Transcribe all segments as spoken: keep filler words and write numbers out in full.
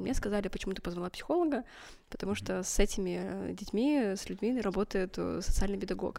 мне сказали, почему ты позвала психолога, потому что с этими детьми, с людьми работает социальный педагог.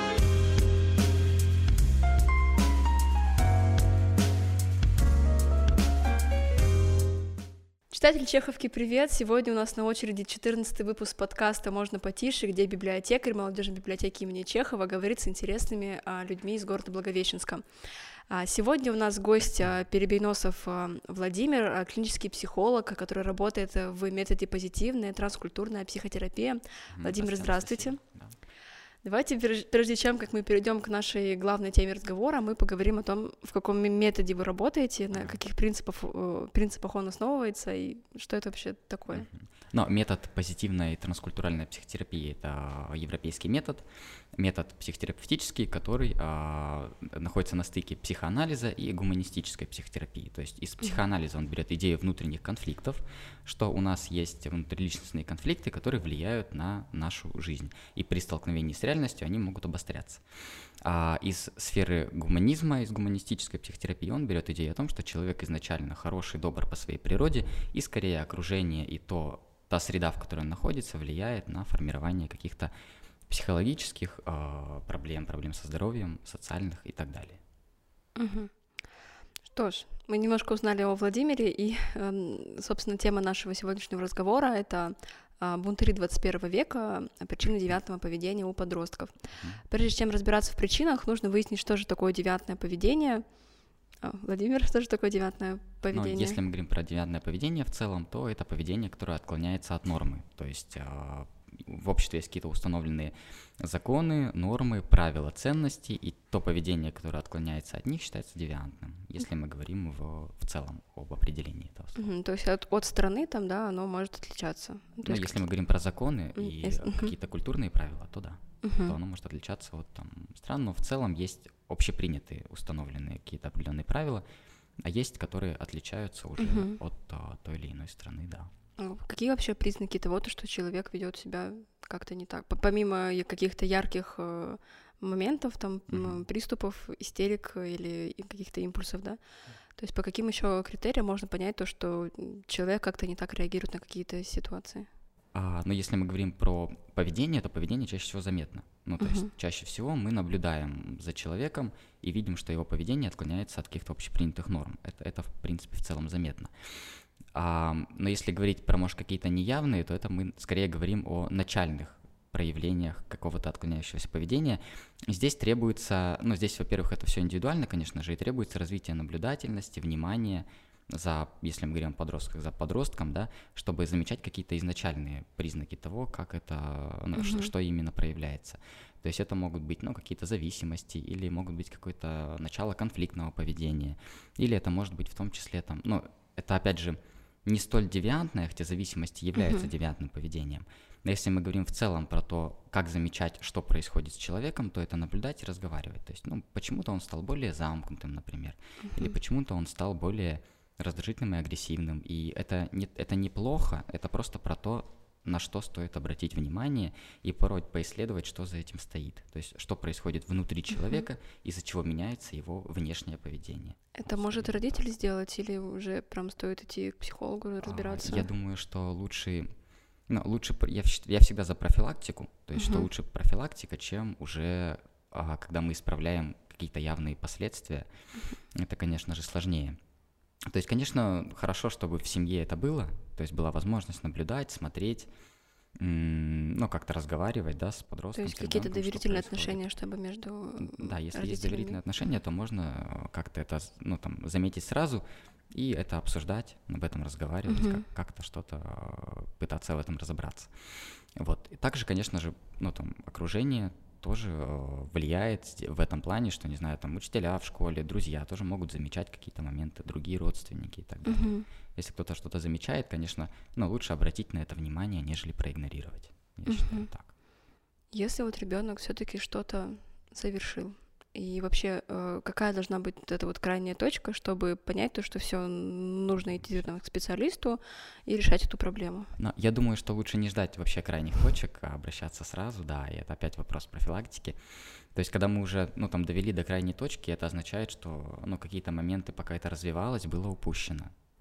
Читатель Чеховки, привет! Сегодня у нас на очереди четырнадцатый выпуск подкаста «Можно потише», где библиотекарь молодежной библиотеки имени Чехова говорит с интересными а, людьми из города Благовещенска. А, сегодня у нас гость а, Перебейносов а, Владимир, а, клинический психолог, который работает в методе позитивная транскультурная психотерапия. Владимир, здравствуйте. Давайте, прежде чем как мы перейдем к нашей главной теме разговора, мы поговорим о том, в каком методе вы работаете, на каких принципах, принципах он основывается и что это вообще такое. Но метод позитивной транскультуральной психотерапии — это европейский метод, метод психотерапевтический, который а, находится на стыке психоанализа и гуманистической психотерапии. То есть из психоанализа он берет идею внутренних конфликтов, что у нас есть внутриличностные конфликты, которые влияют на нашу жизнь, и при столкновении с реальностью они могут обостряться. А из сферы гуманизма, из гуманистической психотерапии он берет идею о том, что человек изначально хороший, добр по своей природе, и скорее окружение и то, та среда, в которой он находится, влияет на формирование каких-то психологических э, проблем, проблем со здоровьем, социальных и так далее. Угу. Что ж, мы немножко узнали о Владимире, и, э, собственно, тема нашего сегодняшнего разговора — это э, бунтари двадцать первого века, причины девиантного поведения у подростков. Mm. Прежде чем разбираться в причинах, нужно выяснить, что же такое девиантное поведение. Владимир, что же такое девиантное поведение? Ну, если мы говорим про девиантное поведение в целом, то это поведение, которое отклоняется от нормы. То есть э, в обществе есть какие-то установленные законы, нормы, правила, ценности, и то поведение, которое отклоняется от них, считается девиантным, если мы говорим в, в целом об определении этого слова. Mm-hmm, то есть от, от страны там, да, оно может отличаться. Ну, то есть если мы говорим про законы и yes. какие-то культурные правила, то да. Uh-huh. То оно может отличаться от там, стран, но в целом есть общепринятые, установленные какие-то определенные правила, а есть, которые отличаются уже uh-huh. от а, той или иной страны, да. Какие вообще признаки того, что человек ведет себя как-то не так? Помимо каких-то ярких э, моментов, там, uh-huh. приступов, истерик или каких-то импульсов, да? То есть по каким еще критериям можно понять то, что человек как-то не так реагирует на какие-то ситуации? А, но если мы говорим про поведение, то поведение чаще всего заметно. Ну, то uh-huh. есть чаще всего мы наблюдаем за человеком и видим, что его поведение отклоняется от каких-то общепринятых норм. Это, это в принципе, в целом заметно. А, но если говорить про, может, какие-то неявные, то это мы скорее говорим о начальных проявлениях какого-то отклоняющегося поведения. Здесь требуется, ну, здесь, во-первых, это все индивидуально, конечно же, и требуется развитие наблюдательности, внимания, за, если мы говорим о подростках, за подростком, да, чтобы замечать какие-то изначальные признаки того, как это, ну, uh-huh. что, что именно проявляется. То есть это могут быть, ну, какие-то зависимости, или могут быть какое-то начало конфликтного поведения, или это может быть в том числе, там, ну, это опять же не столь девиантное, хотя зависимости являются uh-huh. девиантным поведением. Но если мы говорим в целом про то, как замечать, что происходит с человеком, то это наблюдать и разговаривать. То есть, ну, почему-то он стал более замкнутым, например, uh-huh. или почему-то он стал более раздражительным и агрессивным, и это, не, это неплохо, это просто про то, на что стоит обратить внимание и порой поисследовать, что за этим стоит, то есть что происходит внутри человека, uh-huh. из-за чего меняется его внешнее поведение. Это вот может родитель сделать или уже прям стоит идти к психологу разбираться? А, я думаю, что лучше, ну, лучше я, я всегда за профилактику, то есть uh-huh. что лучше профилактика, чем уже а, когда мы исправляем какие-то явные последствия, uh-huh. это, конечно же, сложнее. То есть, конечно, хорошо, чтобы в семье это было, то есть была возможность наблюдать, смотреть, м- ну, как-то разговаривать, да, с подростком. То есть какие-то доверительные отношения, чтобы между Да, если родителями... есть доверительные отношения, то можно как-то это, ну, там, заметить сразу и это обсуждать, об этом разговаривать, uh-huh. как- как-то что-то пытаться в этом разобраться. Вот. И также, конечно же, ну, там, окружение тоже влияет в этом плане, что, не знаю, там учителя в школе, друзья тоже могут замечать какие-то моменты, другие родственники и так далее. Uh-huh. Если кто-то что-то замечает, конечно, ну, лучше обратить на это внимание, нежели проигнорировать. Я uh-huh. считаю так. Если вот ребенок все-таки что-то совершил, и вообще, какая должна быть вот эта вот крайняя точка, чтобы понять то, что все нужно идти к специалисту и решать эту проблему? Но я думаю, что лучше не ждать вообще крайних точек, а обращаться сразу, да, и это опять вопрос профилактики. То есть, когда мы уже, ну, там, довели до крайней точки, это означает, что, ну, какие-то моменты, пока это развивалось, было упущено.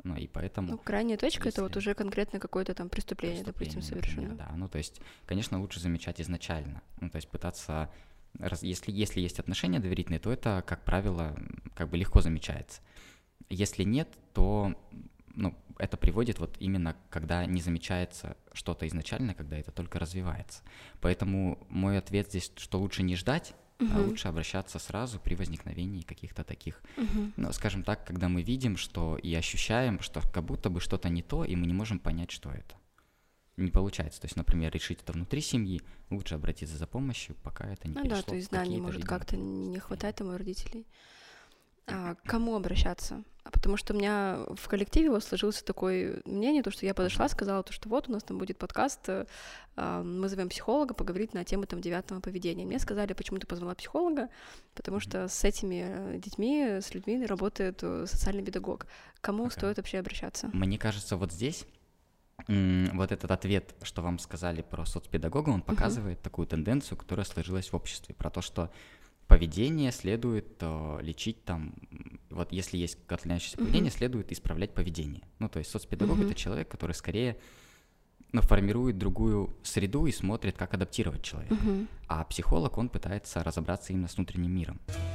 Ну, и поэтому... Ну, крайняя точка — если... это вот уже конкретно какое-то там преступление, преступление, допустим, совершено. Например, да, ну, то есть, конечно, лучше замечать изначально, ну, то есть пытаться... Раз, если, если есть отношения доверительные, то это, как правило, как бы легко замечается. Если нет, то ну, это приводит вот именно, когда не замечается что-то изначально, когда это только развивается. Поэтому мой ответ здесь, что лучше не ждать, uh-huh. а лучше обращаться сразу при возникновении каких-то таких, uh-huh. ну, скажем так, когда мы видим, что и ощущаем, что как будто бы что-то не то, и мы не можем понять, что это. Не получается. То есть, например, решить это внутри семьи, лучше обратиться за помощью, пока это не ну, перешло. Ну да, то есть знаний может как-то не хватать там у родителей. А, к кому обращаться? А потому что у меня в коллективе вот сложилось такое мнение, то, что я подошла, сказала, то, что вот у нас там будет подкаст, а, мы зовем психолога поговорить на тему там девиантного поведения. Мне сказали, почему ты позвала психолога, потому что с этими детьми, с людьми работает социальный педагог. К кому okay. стоит вообще обращаться? Мне кажется, вот здесь вот этот ответ, что вам сказали про соцпедагога, он показывает uh-huh. такую тенденцию, которая сложилась в обществе, про то, что поведение следует э, лечить там, вот если есть отклоняющееся uh-huh. поведение, следует исправлять поведение. Ну, то есть соцпедагог uh-huh. — это человек, который скорее ну, формирует другую среду и смотрит, как адаптировать человека. Uh-huh. А психолог, он пытается разобраться именно с внутренним миром.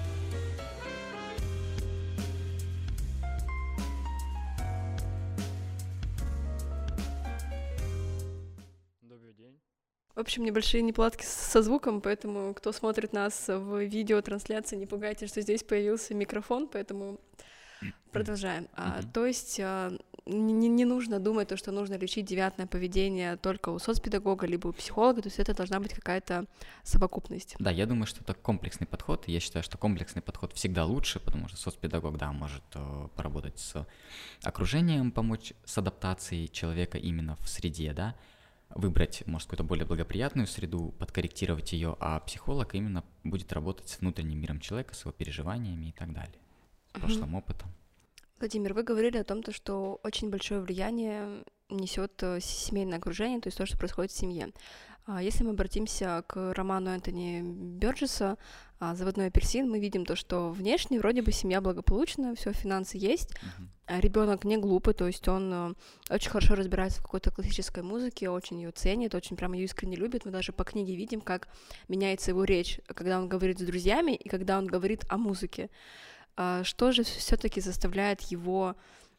В общем, небольшие неполадки со звуком, поэтому кто смотрит нас в видеотрансляции, не пугайтесь, что здесь появился микрофон, поэтому продолжаем. Mm-hmm. А, то есть а, не, не нужно думать, то, что нужно лечить девиантное поведение только у соцпедагога либо у психолога, то есть это должна быть какая-то совокупность. Да, я думаю, что это комплексный подход, и я считаю, что комплексный подход всегда лучше, потому что соцпедагог, да, может uh, поработать с окружением, помочь с адаптацией человека именно в среде, да, выбрать, может, какую-то более благоприятную среду, подкорректировать ее, а психолог именно будет работать с внутренним миром человека, с его переживаниями и так далее, с прошлым mm-hmm. опытом. Владимир, вы говорили о том, что очень большое влияние несет семейное окружение, то есть то, что происходит в семье. Если мы обратимся к роману Энтони Бёрджеса «Заводной апельсин», мы видим то, что внешне вроде бы семья благополучная, все, финансы есть, uh-huh. ребенок не глупый, то есть он очень хорошо разбирается в какой-то классической музыке, очень ее ценит, очень прям ее искренне любит. Мы даже по книге видим, как меняется его речь, когда он говорит с друзьями и когда он говорит о музыке. Что же все-таки заставляет его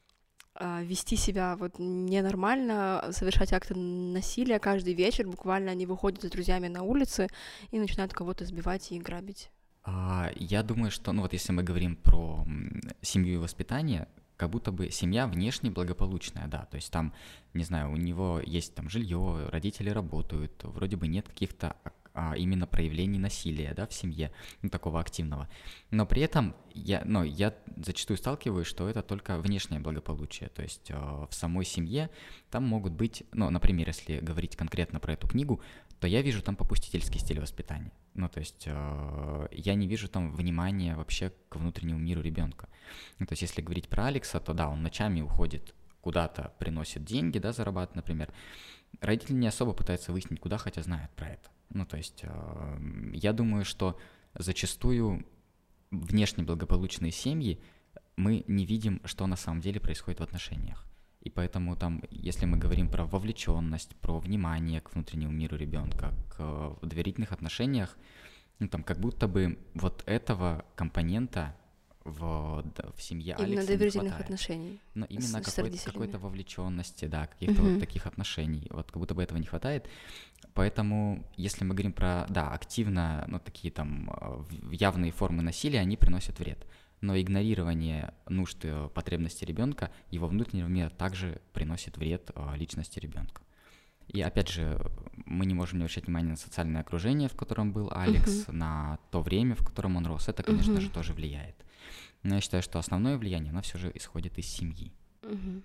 вести себя вот ненормально, совершать акты насилия каждый вечер, буквально они выходят с друзьями на улицы и начинают кого-то сбивать и грабить? А, я думаю, что, ну вот если мы говорим про семью и воспитание, как будто бы семья внешне благополучная, да, то есть там, не знаю, у него есть там жилье, родители работают, вроде бы нет каких-то а именно проявлений насилия, да, в семье, ну, такого активного. Но при этом я, ну, я зачастую сталкиваюсь, что это только внешнее благополучие, то есть э, в самой семье там могут быть, ну, например, если говорить конкретно про эту книгу, то я вижу там попустительский стиль воспитания. Ну, то есть э, я не вижу там внимания вообще к внутреннему миру ребенка. Ну, то есть если говорить про Алекса, то да, он ночами уходит куда-то, приносит деньги, да, зарабатывает, например. Родители не особо пытаются выяснить, куда, хотя знают про это. Ну, то есть э, я думаю, что зачастую внешне благополучные семьи мы не видим, что на самом деле происходит в отношениях. И поэтому там, если мы говорим про вовлеченность, про внимание к внутреннему миру ребенка, к в доверительных отношениях, ну, там как будто бы вот этого компонента в, в семье Алекса именно доверительных отношений. Но именно с, какой-то, с какой-то вовлеченности, да, каких-то uh-huh. вот таких отношений. Вот как будто бы этого не хватает. Поэтому, если мы говорим про, да, активно, ну, такие там явные формы насилия, они приносят вред. Но игнорирование нужд и потребностей ребенка, его внутреннего мира также приносит вред личности ребенка. И опять же, мы не можем не обращать внимание на социальное окружение, в котором был Алекс, uh-huh. на то время, в котором он рос. Это, конечно uh-huh. же, тоже влияет. Но я считаю, что основное влияние, оно все же исходит из семьи. Uh-huh.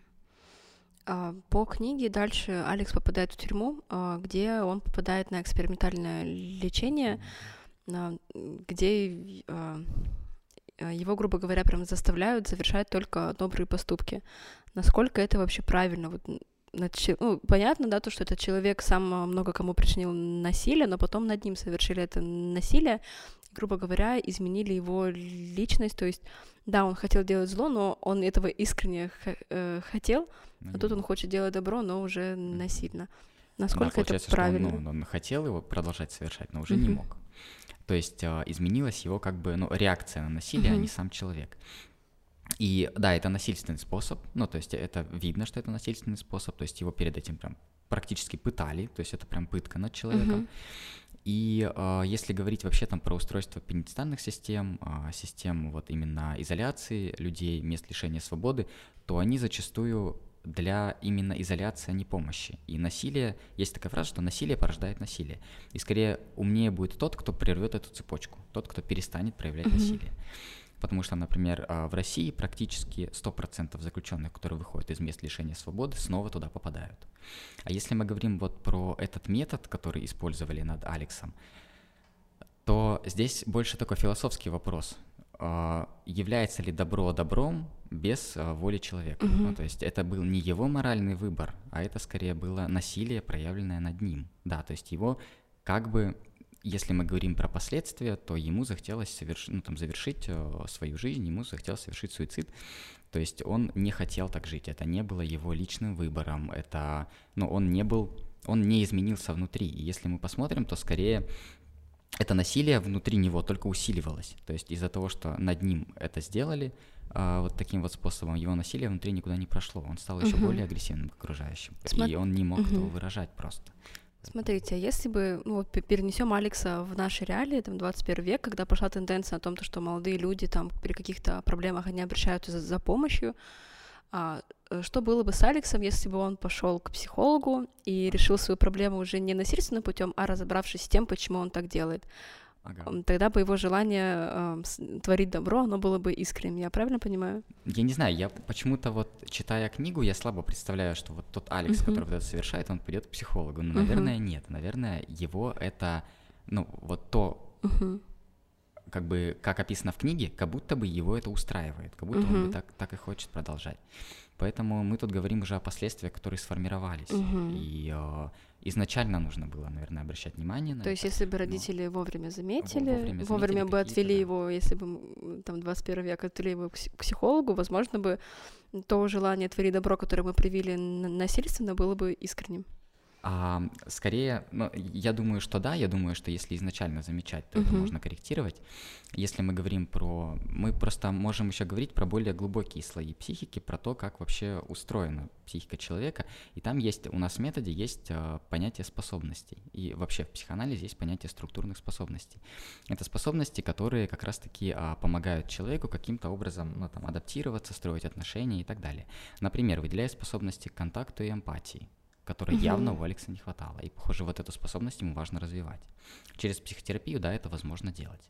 А, по книге дальше Алекс попадает в тюрьму, а, где он попадает на экспериментальное лечение, uh-huh. а, где а, его, грубо говоря, прям заставляют совершать только добрые поступки. Насколько это вообще правильно? Вот, ну, понятно, да, то, что этот человек сам много кому причинил насилие, но потом над ним совершили это насилие, грубо говоря, изменили его личность, то есть, да, он хотел делать зло, но он этого искренне х- э, хотел, а тут он хочет делать добро, но уже насильно. Насколько да, это правильно? Что он, ну, он хотел его продолжать совершать, но уже uh-huh. не мог. То есть э, изменилась его как бы, ну, реакция на насилие, uh-huh. а не сам человек. И да, это насильственный способ, ну, то есть это видно, что это насильственный способ, то есть его перед этим прям практически пытали, то есть это прям пытка над человеком. Uh-huh. И э, если говорить вообще там про устройство пенитенциарных систем, э, систем вот именно изоляции людей, мест лишения свободы, то они зачастую для именно изоляции, а не помощи. И насилие, есть такая фраза, что насилие порождает насилие. И скорее умнее будет тот, кто прервет эту цепочку, тот, кто перестанет проявлять uh-huh. насилие. Потому что, например, в России практически сто процентов заключенных, которые выходят из мест лишения свободы, снова туда попадают. А если мы говорим вот про этот метод, который использовали над Алексом, то здесь больше такой философский вопрос. Является ли добро добром без воли человека? Uh-huh. Ну, то есть это был не его моральный выбор, а это скорее было насилие, проявленное над ним. Да, то есть его как бы... Если мы говорим про последствия, то ему захотелось соверш... ну, там, завершить э, свою жизнь, ему захотелось совершить суицид. То есть он не хотел так жить, это не было его личным выбором, это, ну, он не был, он не изменился внутри. И если мы посмотрим, то скорее это насилие внутри него только усиливалось. То есть из-за того, что над ним это сделали, э, вот таким вот способом, его насилие внутри никуда не прошло. Он стал еще uh-huh. более агрессивным к окружающим. Сма... И он не мог uh-huh. этого выражать просто. Смотрите, а если бы, ну, вот перенесем Алекса в наши реалии, там, двадцать первый век, когда пошла тенденция о том, что молодые люди там при каких-то проблемах они обращаются за, за помощью, а, что было бы с Алексом, если бы он пошел к психологу и решил свою проблему уже не насильственным путем, а разобравшись с тем, почему он так делает? Ага. Тогда бы его желание э, творить добро, оно было бы искренним, я правильно понимаю? Я не знаю, я почему-то вот, читая книгу, я слабо представляю, что вот тот Алекс, uh-huh. который вот это совершает, он пойдет к психологу. Ну, наверное, uh-huh. нет. Наверное, его это, ну, вот то, uh-huh. как бы, как описано в книге, как будто бы его это устраивает, как будто uh-huh. он бы так, так и хочет продолжать. Поэтому мы тут говорим уже о последствиях, которые сформировались. Uh-huh. И э, изначально нужно было, наверное, обращать внимание на То это. есть если бы родители но... вовремя заметили, вовремя, вовремя заметили бы отвели да. его, если бы там двадцать первый век отвели его к психологу, возможно бы то желание творить добро, которое мы привили насильственно, было бы искренним. А, скорее, ну, я думаю, что да, я думаю, что если изначально замечать, то uh-huh. это можно корректировать. Если мы говорим про... Мы просто можем еще говорить про более глубокие слои психики, про то, как вообще устроена психика человека. И там есть, у нас в методе есть а, понятие способностей. И вообще в психоанализе есть понятие структурных способностей. Это способности, которые как раз-таки а, помогают человеку каким-то образом, ну, там, адаптироваться, строить отношения и так далее. Например, выделяя способности к контакту и эмпатии, которой uh-huh. явно у Алекса не хватало. И, похоже, вот эту способность ему важно развивать. Через психотерапию, да, это возможно делать.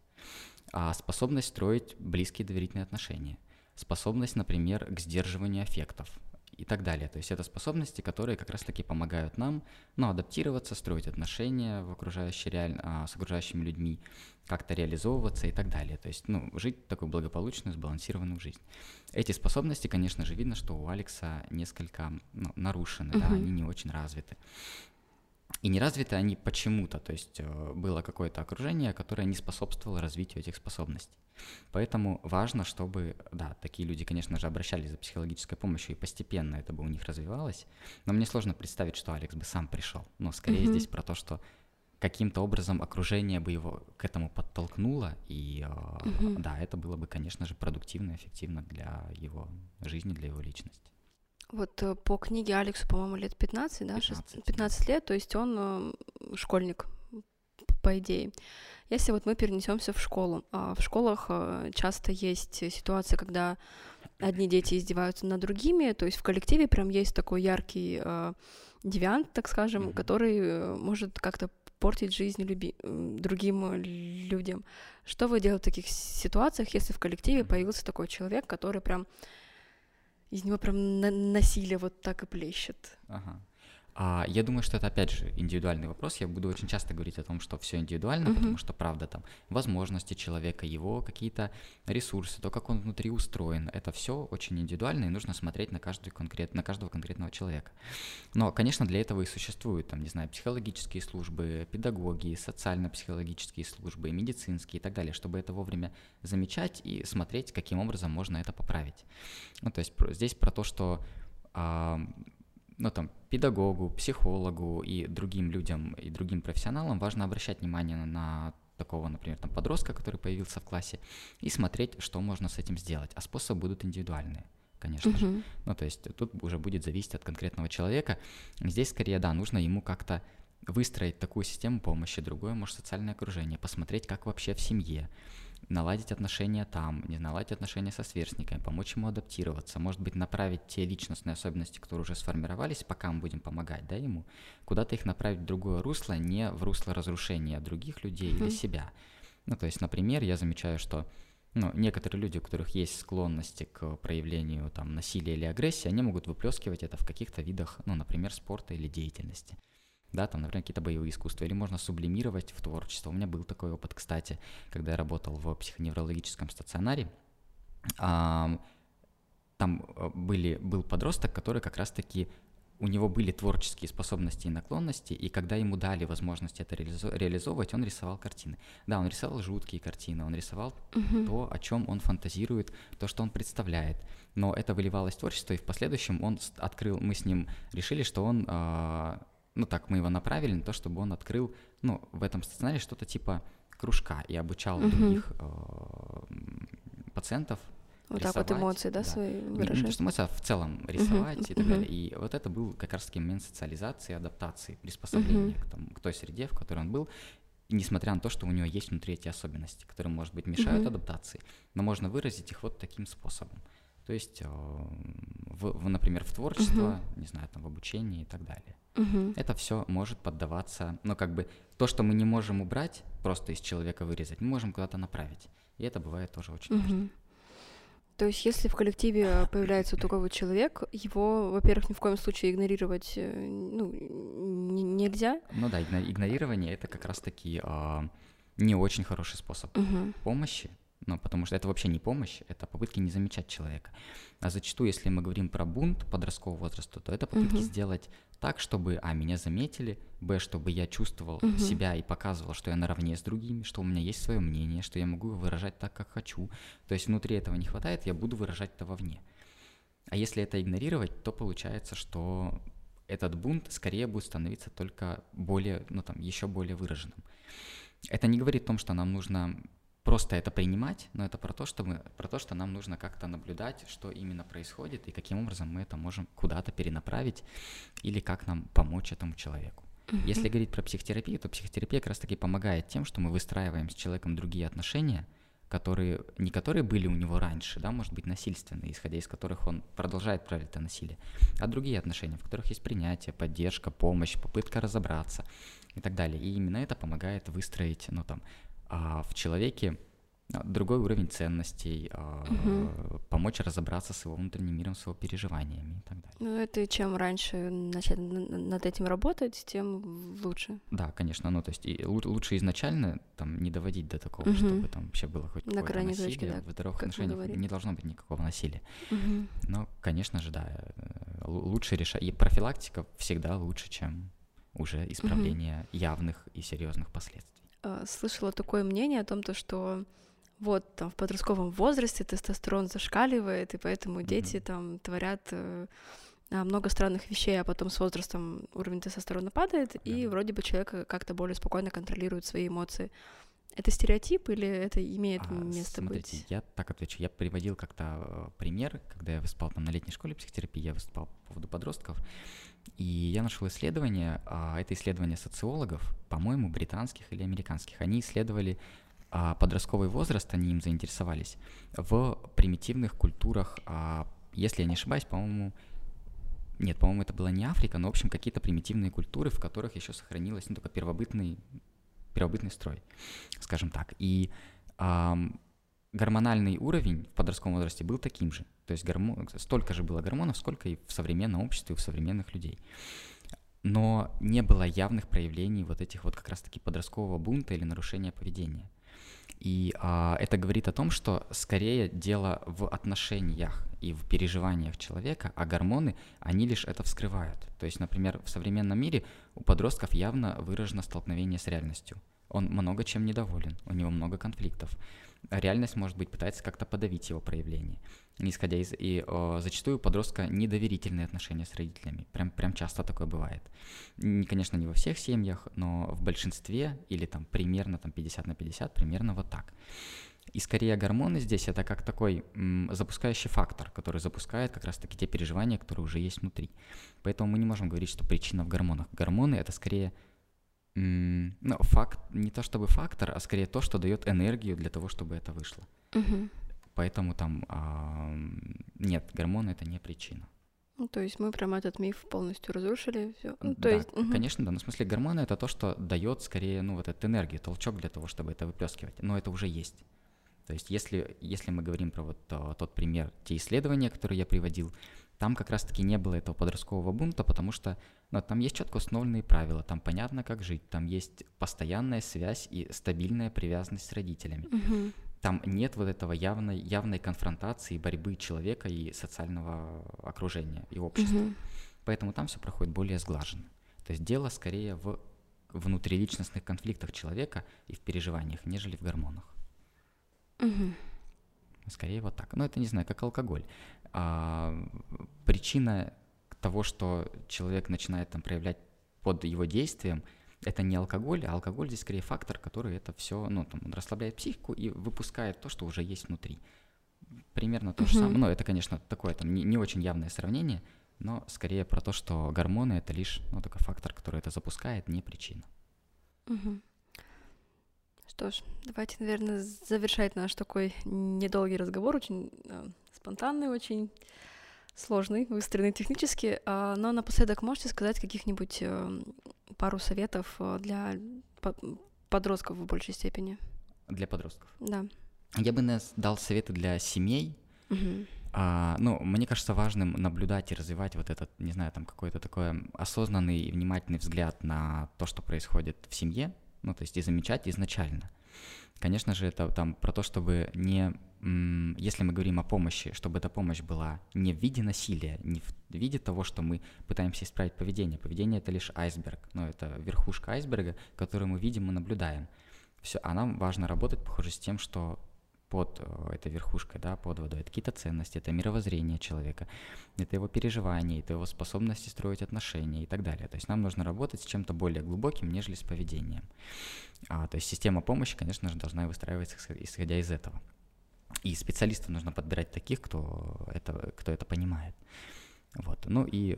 А способность строить близкие доверительные отношения. Способность, например, к сдерживанию аффектов и так далее. То есть это способности, которые как раз-таки помогают нам, ну, адаптироваться, строить отношения в окружающей реаль... а, с окружающими людьми, как-то реализовываться и так далее. То есть, ну, жить такую благополучную, сбалансированную жизнь. Эти способности, конечно же, видно, что у Алекса несколько, ну, нарушены, uh-huh. да, они не очень развиты. И не развиты они почему-то, то есть э, было какое-то окружение, которое не способствовало развитию этих способностей. Поэтому важно, чтобы, да, такие люди, конечно же, обращались за психологической помощью, и постепенно это бы у них развивалось. Но мне сложно представить, что Алекс бы сам пришел. Но скорее uh-huh. здесь про то, что каким-то образом окружение бы его к этому подтолкнуло, и э, uh-huh. да, это было бы, конечно же, продуктивно, эффективно для его жизни, для его личности. Вот по книге Алексу, по-моему, лет пятнадцать, да? пятнадцать, пятнадцать лет, то есть он э, школьник, по идее. Если вот мы перенесемся в школу, а в школах э, часто есть ситуации, когда одни дети издеваются над другими, то есть в коллективе прям есть такой яркий э, девиант, так скажем, mm-hmm. который э, может как-то портить жизнь люби... другим людям. Что вы делаете в таких ситуациях, если в коллективе появился такой человек, который прям из него прям на- насилие вот так и плещет? Ага. А, я думаю, что это, опять же, индивидуальный вопрос. Я буду очень часто говорить о том, что все индивидуально, uh-huh. потому что, правда, там, возможности человека, его какие-то ресурсы, то, как он внутри устроен, это все очень индивидуально, и нужно смотреть на, каждый конкрет, на каждого конкретного человека. Но, конечно, для этого и существуют, там, не знаю, психологические службы, педагоги, социально-психологические службы, медицинские и так далее, чтобы это вовремя замечать и смотреть, каким образом можно это поправить. Ну, то есть здесь про то, что... А, ну, там, педагогу, психологу и другим людям, и другим профессионалам важно обращать внимание на, на такого, например, там, подростка, который появился в классе, и смотреть, что можно с этим сделать. А способы будут индивидуальные, конечно uh-huh. же. Ну, то есть тут уже будет зависеть от конкретного человека. Здесь, скорее, да, нужно ему как-то выстроить такую систему помощи, другое, может, социальное окружение, посмотреть, как вообще в семье, наладить отношения там, не наладить отношения со сверстниками, помочь ему адаптироваться, может быть, направить те личностные особенности, которые уже сформировались, пока мы будем помогать, да, ему, куда-то их направить в другое русло, не в русло разрушения других людей mm-hmm. или себя. Ну, то есть, например, я замечаю, что ну, некоторые люди, у которых есть склонности к проявлению там, насилия или агрессии, они могут выплескивать это в каких-то видах, ну, например, спорта или деятельности. Да, там, например, какие-то боевые искусства, или можно сублимировать в творчество. У меня был такой опыт, кстати, когда я работал в психоневрологическом стационаре. А, там были, был подросток, который как раз-таки, у него были творческие способности и наклонности, и когда ему дали возможность это реализо- реализовывать, он рисовал картины. Да, он рисовал жуткие картины, он рисовал uh-huh. то, о чем он фантазирует, то, что он представляет. Но это выливалось в творчество, и в последующем он открыл, мы с ним решили, что он... А, ну так, мы его направили на то, чтобы он открыл, ну, в этом стационаре что-то типа кружка и обучал uh-huh. других э, пациентов вот рисовать. Так вот эмоции, да, да. свои выражать? Не, не то, что эмоции, а в целом рисовать uh-huh. и так uh-huh. далее. И вот это был как раз-таки момент социализации, адаптации, приспособления uh-huh. к, тому, к той среде, в которой он был. И несмотря на то, что у него есть внутри эти особенности, которые, может быть, мешают uh-huh. адаптации, но можно выразить их вот таким способом. То есть, э, в, в, например, в творчество, uh-huh. не знаю, там, в обучении и так далее. Uh-huh. Это все может поддаваться, ну, как бы, то, что мы не можем убрать, просто из человека вырезать, мы можем куда-то направить. И это бывает тоже очень uh-huh. важно. То есть, если в коллективе появляется вот такой вот человек, его, во-первых, ни в коем случае игнорировать, ну, н- нельзя? Ну да, игнорирование — это как раз-таки э, не очень хороший способ uh-huh. помощи. Ну, потому что это вообще не помощь, это попытки не замечать человека. А зачастую, если мы говорим про бунт подросткового возраста, то это попытки uh-huh. сделать так, чтобы, а, меня заметили, б, чтобы я чувствовал uh-huh. себя и показывал, что я наравне с другими, что у меня есть свое мнение, что я могу выражать так, как хочу. То есть внутри этого не хватает, я буду выражать это вовне. А если это игнорировать, то получается, что этот бунт скорее будет становиться только более, ну там, еще более выраженным. Это не говорит о том, что нам нужно... просто это принимать, но это про то, что мы, про то, что нам нужно как-то наблюдать, что именно происходит и каким образом мы это можем куда-то перенаправить или как нам помочь этому человеку. Uh-huh. Если говорить про психотерапию, то психотерапия как раз-таки помогает тем, что мы выстраиваем с человеком другие отношения, которые, не которые были у него раньше, да, может быть, насильственные, исходя из которых он продолжает проявлять это насилие, а другие отношения, в которых есть принятие, поддержка, помощь, попытка разобраться и так далее. И именно это помогает выстроить, ну, там, в человеке другой уровень ценностей, угу. помочь разобраться с его внутренним миром, с его переживаниями и так далее. Ну, это чем раньше начать над этим работать, тем лучше. Да, конечно, ну, то есть и лучше изначально там не доводить до такого, угу. чтобы там вообще было хоть на какое-то насилие. Точке, да, в здоровых отношениях не должно быть никакого насилия. Угу. Но, конечно же, да, лучше решать. И профилактика всегда лучше, чем уже исправление угу. явных и серьезных последствий. Слышала такое мнение о том, что вот там в подростковом возрасте тестостерон зашкаливает, и поэтому mm-hmm. дети там творят э, много странных вещей, а потом с возрастом уровень тестостерона падает, yeah. и вроде бы человек как-то более спокойно контролирует свои эмоции. Это стереотип или это имеет а, место смотрите, быть? Я так отвечу. Я приводил как-то пример, когда я выступал там на летней школе психотерапии, я выступал по поводу подростков, и я нашел исследование, а, это исследование социологов, по-моему, британских или американских. Они исследовали а, подростковый возраст, они им заинтересовались в примитивных культурах, а, если я не ошибаюсь, по-моему, нет, по-моему, это была не Африка, но, в общем, какие-то примитивные культуры, в которых еще сохранилось, ну, только первобытный первобытный строй, скажем так. И эм, гормональный уровень в подростковом возрасте был таким же. То есть гормон, столько же было гормонов, сколько и в современном обществе, и в современных людей. но не было явных проявлений вот этих вот как раз-таки подросткового бунта или нарушения поведения. И а, это говорит о том, что скорее дело в отношениях и в переживаниях человека, а гормоны, они лишь это вскрывают. То есть, например, в современном мире у подростков явно выражено столкновение с реальностью. Он много чем недоволен, у него много конфликтов. А реальность, может быть, пытается как-то подавить его проявление. Исходя из... И о, зачастую у подростка недоверительные отношения с родителями. Прям, прям часто такое бывает. Не, конечно, не во всех семьях, но в большинстве, или там примерно там, пятьдесят на пятьдесят, примерно вот так. И скорее гормоны здесь это как такой м, запускающий фактор, который запускает как раз-таки те переживания, которые уже есть внутри. Поэтому мы не можем говорить, что причина в гормонах. Гормоны — это скорее... Ну, факт, не то чтобы фактор, а скорее то, что дает энергию для того, чтобы это вышло. Угу. Поэтому там а, нет, гормоны — это не причина. Ну, то есть мы прям этот миф полностью разрушили. Всё. Ну, то да, есть, угу. конечно, да. Но в смысле гормоны — это то, что дает скорее, ну, вот эту энергию, толчок для того, чтобы это выплескивать. Но это уже есть. То есть если, если мы говорим про вот то, тот пример, те исследования, которые я приводил, там как раз-таки не было этого подросткового бунта, потому что ну, там есть четко установленные правила, там понятно, как жить, там есть постоянная связь и стабильная привязанность с родителями. Угу. Там нет вот этого явной, явной конфронтации, борьбы человека и социального окружения, и общества. Угу. Поэтому там все проходит более сглаженно. То есть дело скорее в внутриличностных конфликтах человека и в переживаниях, нежели в гормонах. Угу. Скорее вот так. Но это, не знаю, как алкоголь. А, причина того, что человек начинает там проявлять под его действием, это не алкоголь, а алкоголь здесь скорее фактор, который это все, ну, там, расслабляет психику и выпускает то, что уже есть внутри. Примерно то uh-huh. же самое. Ну, это, конечно, такое там не, не очень явное сравнение, но скорее про то, что гормоны — это лишь ну, такой фактор, который это запускает, не причина. Uh-huh. Что ж, давайте, наверное, завершать наш такой недолгий разговор, очень э, спонтанный, очень сложный, выстроенный технически, э, но напоследок можете сказать каких-нибудь э, пару советов для по- подростков в большей степени? Для подростков? Да. Я бы дал советы для семей. Uh-huh. А, ну, мне кажется важным наблюдать и развивать вот этот, не знаю, там какой-то такой осознанный и внимательный взгляд на то, что происходит в семье. Ну, то есть и замечать изначально. Конечно же, это там про то, чтобы не... М- если мы говорим о помощи, чтобы эта помощь была не в виде насилия, не в виде того, что мы пытаемся исправить поведение. Поведение — это лишь айсберг, ну, это верхушка айсберга, которую мы видим и наблюдаем. Все, а нам важно работать, похоже, с тем, что под этой верхушкой, да, под водой. Это какие-то ценности, это мировоззрение человека, это его переживания, это его способности строить отношения и так далее. То есть нам нужно работать с чем-то более глубоким, нежели с поведением. А, то есть система помощи, конечно же, должна выстраиваться исходя из этого. И специалистов нужно подбирать таких, кто это, кто это понимает. Вот. Ну и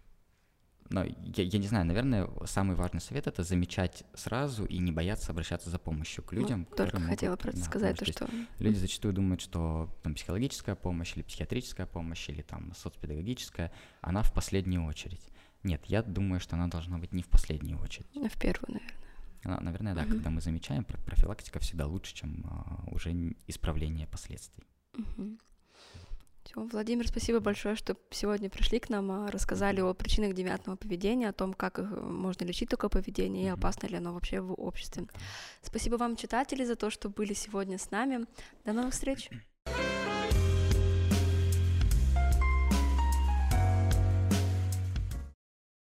Но я, я не знаю, наверное, самый важный совет — это замечать сразу и не бояться обращаться за помощью к людям. Ну, только могут, хотела просто да, сказать, то, что, что... Люди зачастую думают, что там, психологическая помощь или психиатрическая помощь или там соцпедагогическая, она в последнюю очередь. Нет, я думаю, что она должна быть не в последнюю очередь. А в первую, наверное. Она, наверное, да, uh-huh. когда мы замечаем, профилактика всегда лучше, чем а, уже исправление последствий. Uh-huh. Все, Владимир, спасибо большое, что сегодня пришли к нам, рассказали о причинах девиантного поведения, о том, как можно лечить такое поведение и опасно ли оно вообще в обществе. Спасибо вам, читатели, за то, что были сегодня с нами. До новых встреч!